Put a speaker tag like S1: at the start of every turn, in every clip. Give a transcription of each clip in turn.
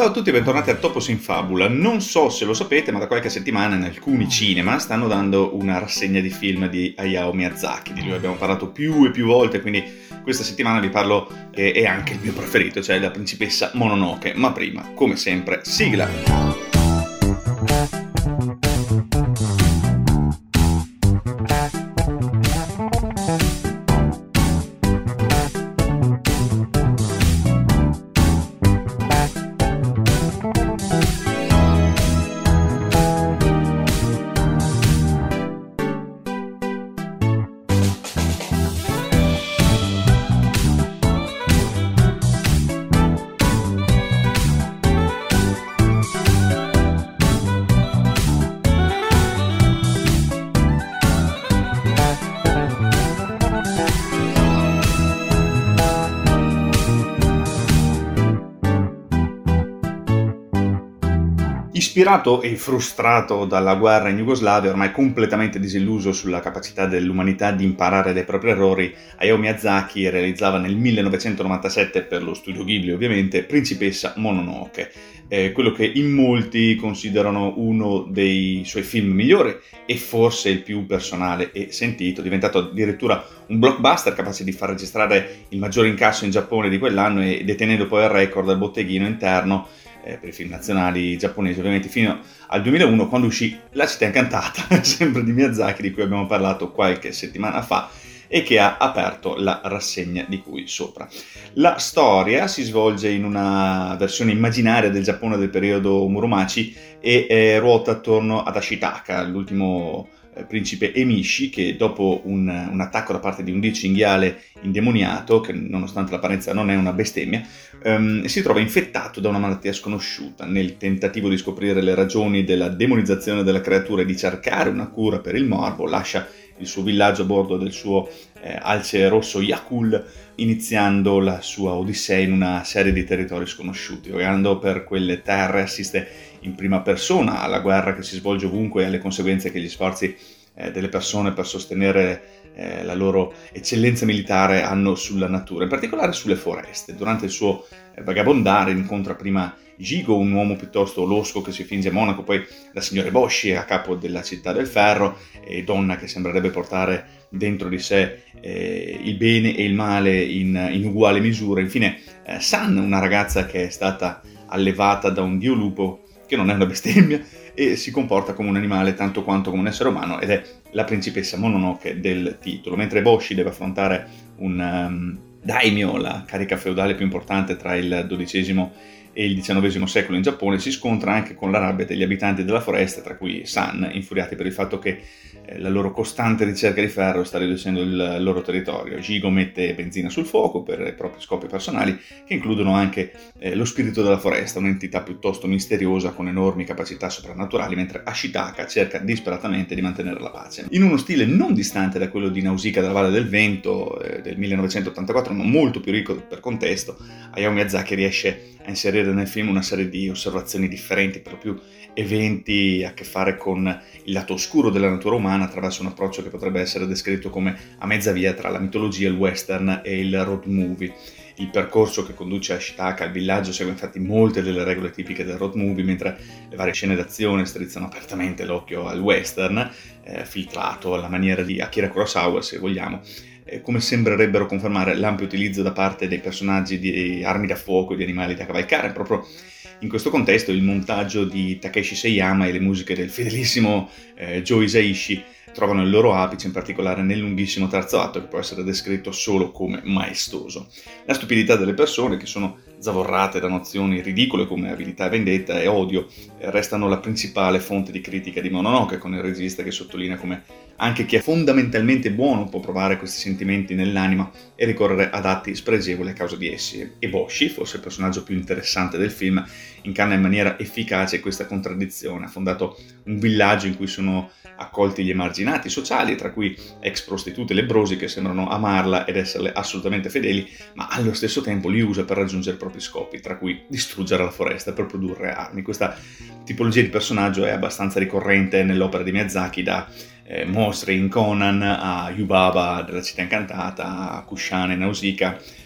S1: Ciao a tutti e bentornati a Topos in Fabula. Non so se lo sapete, ma da qualche settimana in alcuni cinema stanno dando una rassegna di film di Hayao Miyazaki. Di lui abbiamo parlato più e più volte, quindi questa settimana vi parlo, è anche il mio preferito, cioè La principessa Mononoke. Ma prima, come sempre, sigla! Ispirato e frustrato dalla guerra in Jugoslavia, ormai completamente disilluso sulla capacità dell'umanità di imparare dai propri errori, Hayao Miyazaki realizzava nel 1997, per lo studio Ghibli ovviamente, Principessa Mononoke, quello che in molti considerano uno dei suoi film migliori e forse il più personale e sentito, diventato addirittura un blockbuster capace di far registrare il maggior incasso in Giappone di quell'anno e detenendo poi il record del botteghino interno per i film nazionali giapponesi, ovviamente fino al 2001, quando uscì La città incantata, sempre di Miyazaki, di cui abbiamo parlato qualche settimana fa e che ha aperto la rassegna di cui sopra. La storia si svolge in una versione immaginaria del Giappone del periodo Muromachi e ruota attorno ad Ashitaka, l'ultimo principe Emishi, che dopo un attacco da parte di un dio cinghiale indemoniato, che nonostante l'apparenza non è una bestemmia, si trova infettato da una malattia sconosciuta. Nel tentativo di scoprire le ragioni della demonizzazione della creatura e di cercare una cura per il morbo, lascia il suo villaggio a bordo del suo alce rosso Yakul, iniziando la sua odissea in una serie di territori sconosciuti. Vagando per quelle terre assiste in prima persona alla guerra che si svolge ovunque e alle conseguenze che gli sforzi delle persone per sostenere la loro eccellenza militare hanno sulla natura, in particolare sulle foreste. Durante il suo vagabondare incontra prima Jigo, un uomo piuttosto losco che si finge monaco, poi la signora Eboshi a capo della città del ferro, donna che sembrerebbe portare dentro di sé il bene e il male in uguale misura. Infine San, una ragazza che è stata allevata da un dio lupo che non è una bestemmia e si comporta come un animale tanto quanto come un essere umano, ed è la principessa Mononoke del titolo. Mentre Eboshi deve affrontare un daimyo, la carica feudale più importante tra il XII e il XIX secolo in Giappone, si scontra anche con la rabbia degli abitanti della foresta, tra cui San, infuriati per il fatto che la loro costante ricerca di ferro sta riducendo il loro territorio. Jigo mette benzina sul fuoco per i propri scopi personali, che includono anche lo spirito della foresta, un'entità piuttosto misteriosa con enormi capacità soprannaturali, mentre Ashitaka cerca disperatamente di mantenere la pace. In uno stile non distante da quello di Nausicaa della Valle del Vento del 1984, ma molto più ricco per contesto, Hayao Miyazaki riesce a inserire nel film una serie di osservazioni differenti, per lo più eventi a che fare con il lato oscuro della natura umana, attraverso un approccio che potrebbe essere descritto come a mezza via tra la mitologia, il western e il road movie. Il percorso che conduce a Ashitaka, al villaggio, segue infatti molte delle regole tipiche del road movie, mentre le varie scene d'azione strizzano apertamente l'occhio al western, filtrato alla maniera di Akira Kurosawa, se vogliamo, come sembrerebbero confermare l'ampio utilizzo da parte dei personaggi di armi da fuoco e di animali da cavalcare. Proprio in questo contesto il montaggio di Takeshi Seiyama e le musiche del fedelissimo Joe Hisaishi trovano il loro apice, in particolare nel lunghissimo terzo atto, che può essere descritto solo come maestoso. La stupidità delle persone, che sono zavorrate da nozioni ridicole come abilità e vendetta e odio, restano la principale fonte di critica di Mononoke, con il regista che sottolinea come anche chi è fondamentalmente buono può provare questi sentimenti nell'anima e ricorrere ad atti spregevoli a causa di essi. Eboshi, forse il personaggio più interessante del film, incarna in maniera efficace questa contraddizione. Ha fondato un villaggio in cui sono accolti gli emarginati sociali, tra cui ex prostitute lebbrosi che sembrano amarla ed esserle assolutamente fedeli, ma allo stesso tempo li usa per raggiungere i propri scopi, tra cui distruggere la foresta per produrre armi. Questa tipologia di personaggio è abbastanza ricorrente nell'opera di Miyazaki, da mostri in Conan a Yubaba della città incantata, a Kushan e Nausicaa,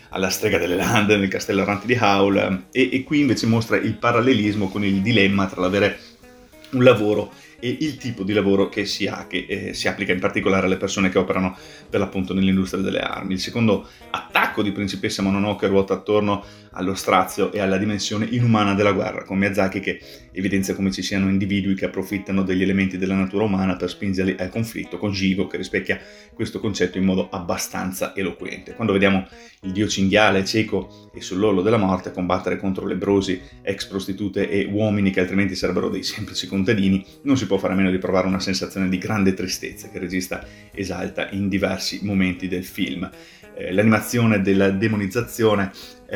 S1: alla strega delle Lande nel Castello Errante di Howl, e qui invece mostra il parallelismo con il dilemma tra l'avere un lavoro e il tipo di lavoro che si ha, che si applica in particolare alle persone che operano per l'appunto nell'industria delle armi. Il secondo attacco di Principessa Mononoke ruota attorno allo strazio e alla dimensione inumana della guerra, con Miyazaki che evidenzia come ci siano individui che approfittano degli elementi della natura umana per spingerli al conflitto, con Jigo che rispecchia questo concetto in modo abbastanza eloquente. Quando vediamo il dio cinghiale cieco e sull'orlo della morte combattere contro lebbrosi, ex prostitute e uomini che altrimenti sarebbero dei semplici contadini, non si può fare a meno di provare una sensazione di grande tristezza che il regista esalta in diversi momenti del film. L'animazione della demonizzazione,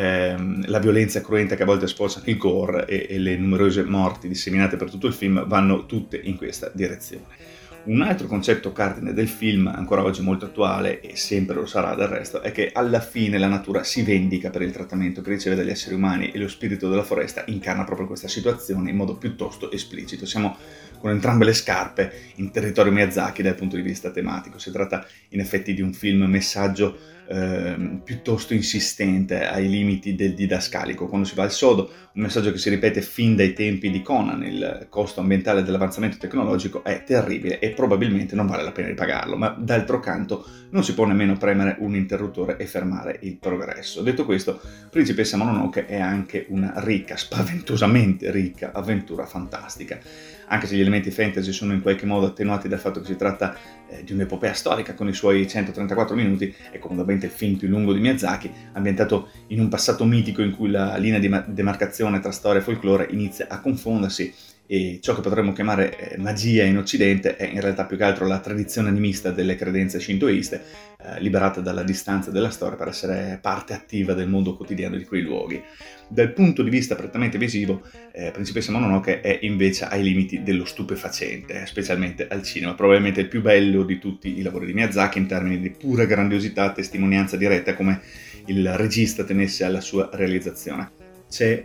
S1: la violenza cruenta che a volte sposa il gore e le numerose morti disseminate per tutto il film vanno tutte in questa direzione. Un altro concetto cardine del film, ancora oggi molto attuale e sempre lo sarà del resto, è che alla fine la natura si vendica per il trattamento che riceve dagli esseri umani e lo spirito della foresta incarna proprio questa situazione in modo piuttosto esplicito. Siamo con entrambe le scarpe in territorio Miyazaki dal punto di vista tematico. Si tratta in effetti di un film messaggio piuttosto insistente ai limiti del didascalico. Quando si va al sodo, un messaggio che si ripete fin dai tempi di Conan: il costo ambientale dell'avanzamento tecnologico è terribile e probabilmente non vale la pena di pagarlo, ma d'altro canto non si può nemmeno premere un interruttore e fermare il progresso. Detto questo, Principessa Mononoke è anche una ricca, spaventosamente ricca avventura fantastica. Anche se gli elementi fantasy sono in qualche modo attenuati dal fatto che si tratta di un'epopea storica con i suoi 134 minuti, è comodamente il film più lungo di Miyazaki, ambientato in un passato mitico in cui la linea di demarcazione tra storia e folklore inizia a confondersi, e ciò che potremmo chiamare magia in Occidente è in realtà più che altro la tradizione animista delle credenze shintoiste, liberata dalla distanza della storia per essere parte attiva del mondo quotidiano di quei luoghi. Dal punto di vista prettamente visivo, Principessa Mononoke è invece ai limiti dello stupefacente, specialmente al cinema, probabilmente il più bello di tutti i lavori di Miyazaki in termini di pura grandiosità, testimonianza diretta come il regista tenesse alla sua realizzazione. C'è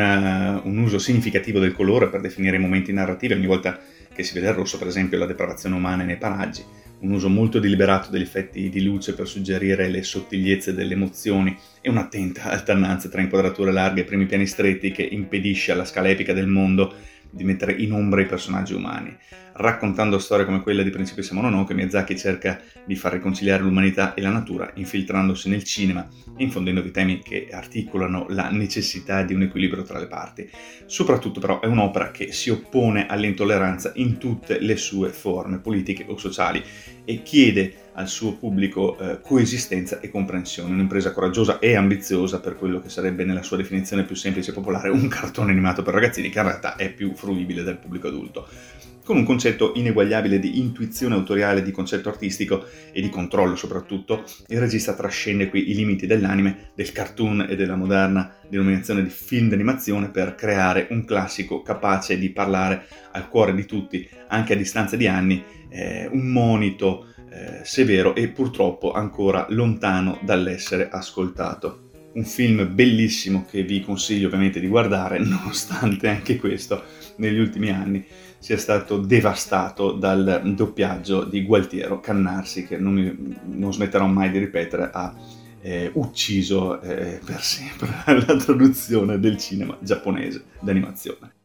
S1: un uso significativo del colore per definire i momenti narrativi ogni volta che si vede il rosso, per esempio la depravazione umana nei paraggi, un uso molto deliberato degli effetti di luce per suggerire le sottigliezze delle emozioni e un'attenta alternanza tra inquadrature larghe e primi piani stretti che impedisce alla scala epica del mondo di mettere in ombra i personaggi umani. Raccontando storie come quella di Principessa Mononoke, Miyazaki cerca di far riconciliare l'umanità e la natura, infiltrandosi nel cinema e infondendovi temi che articolano la necessità di un equilibrio tra le parti. Soprattutto però è un'opera che si oppone all'intolleranza in tutte le sue forme, politiche o sociali, e chiede al suo pubblico coesistenza e comprensione, un'impresa coraggiosa e ambiziosa per quello che sarebbe nella sua definizione più semplice e popolare un cartone animato per ragazzini, che in realtà è più fruibile dal pubblico adulto. Con un concetto ineguagliabile di intuizione autoriale, di concetto artistico e di controllo soprattutto, il regista trascende qui i limiti dell'anime, del cartoon e della moderna denominazione di film d'animazione per creare un classico capace di parlare al cuore di tutti, anche a distanza di anni, un monito severo e purtroppo ancora lontano dall'essere ascoltato. Un film bellissimo che vi consiglio ovviamente di guardare, nonostante anche questo negli ultimi anni sia stato devastato dal doppiaggio di Gualtiero Cannarsi, che non smetterò mai di ripetere, ha ucciso per sempre la traduzione del cinema giapponese d'animazione.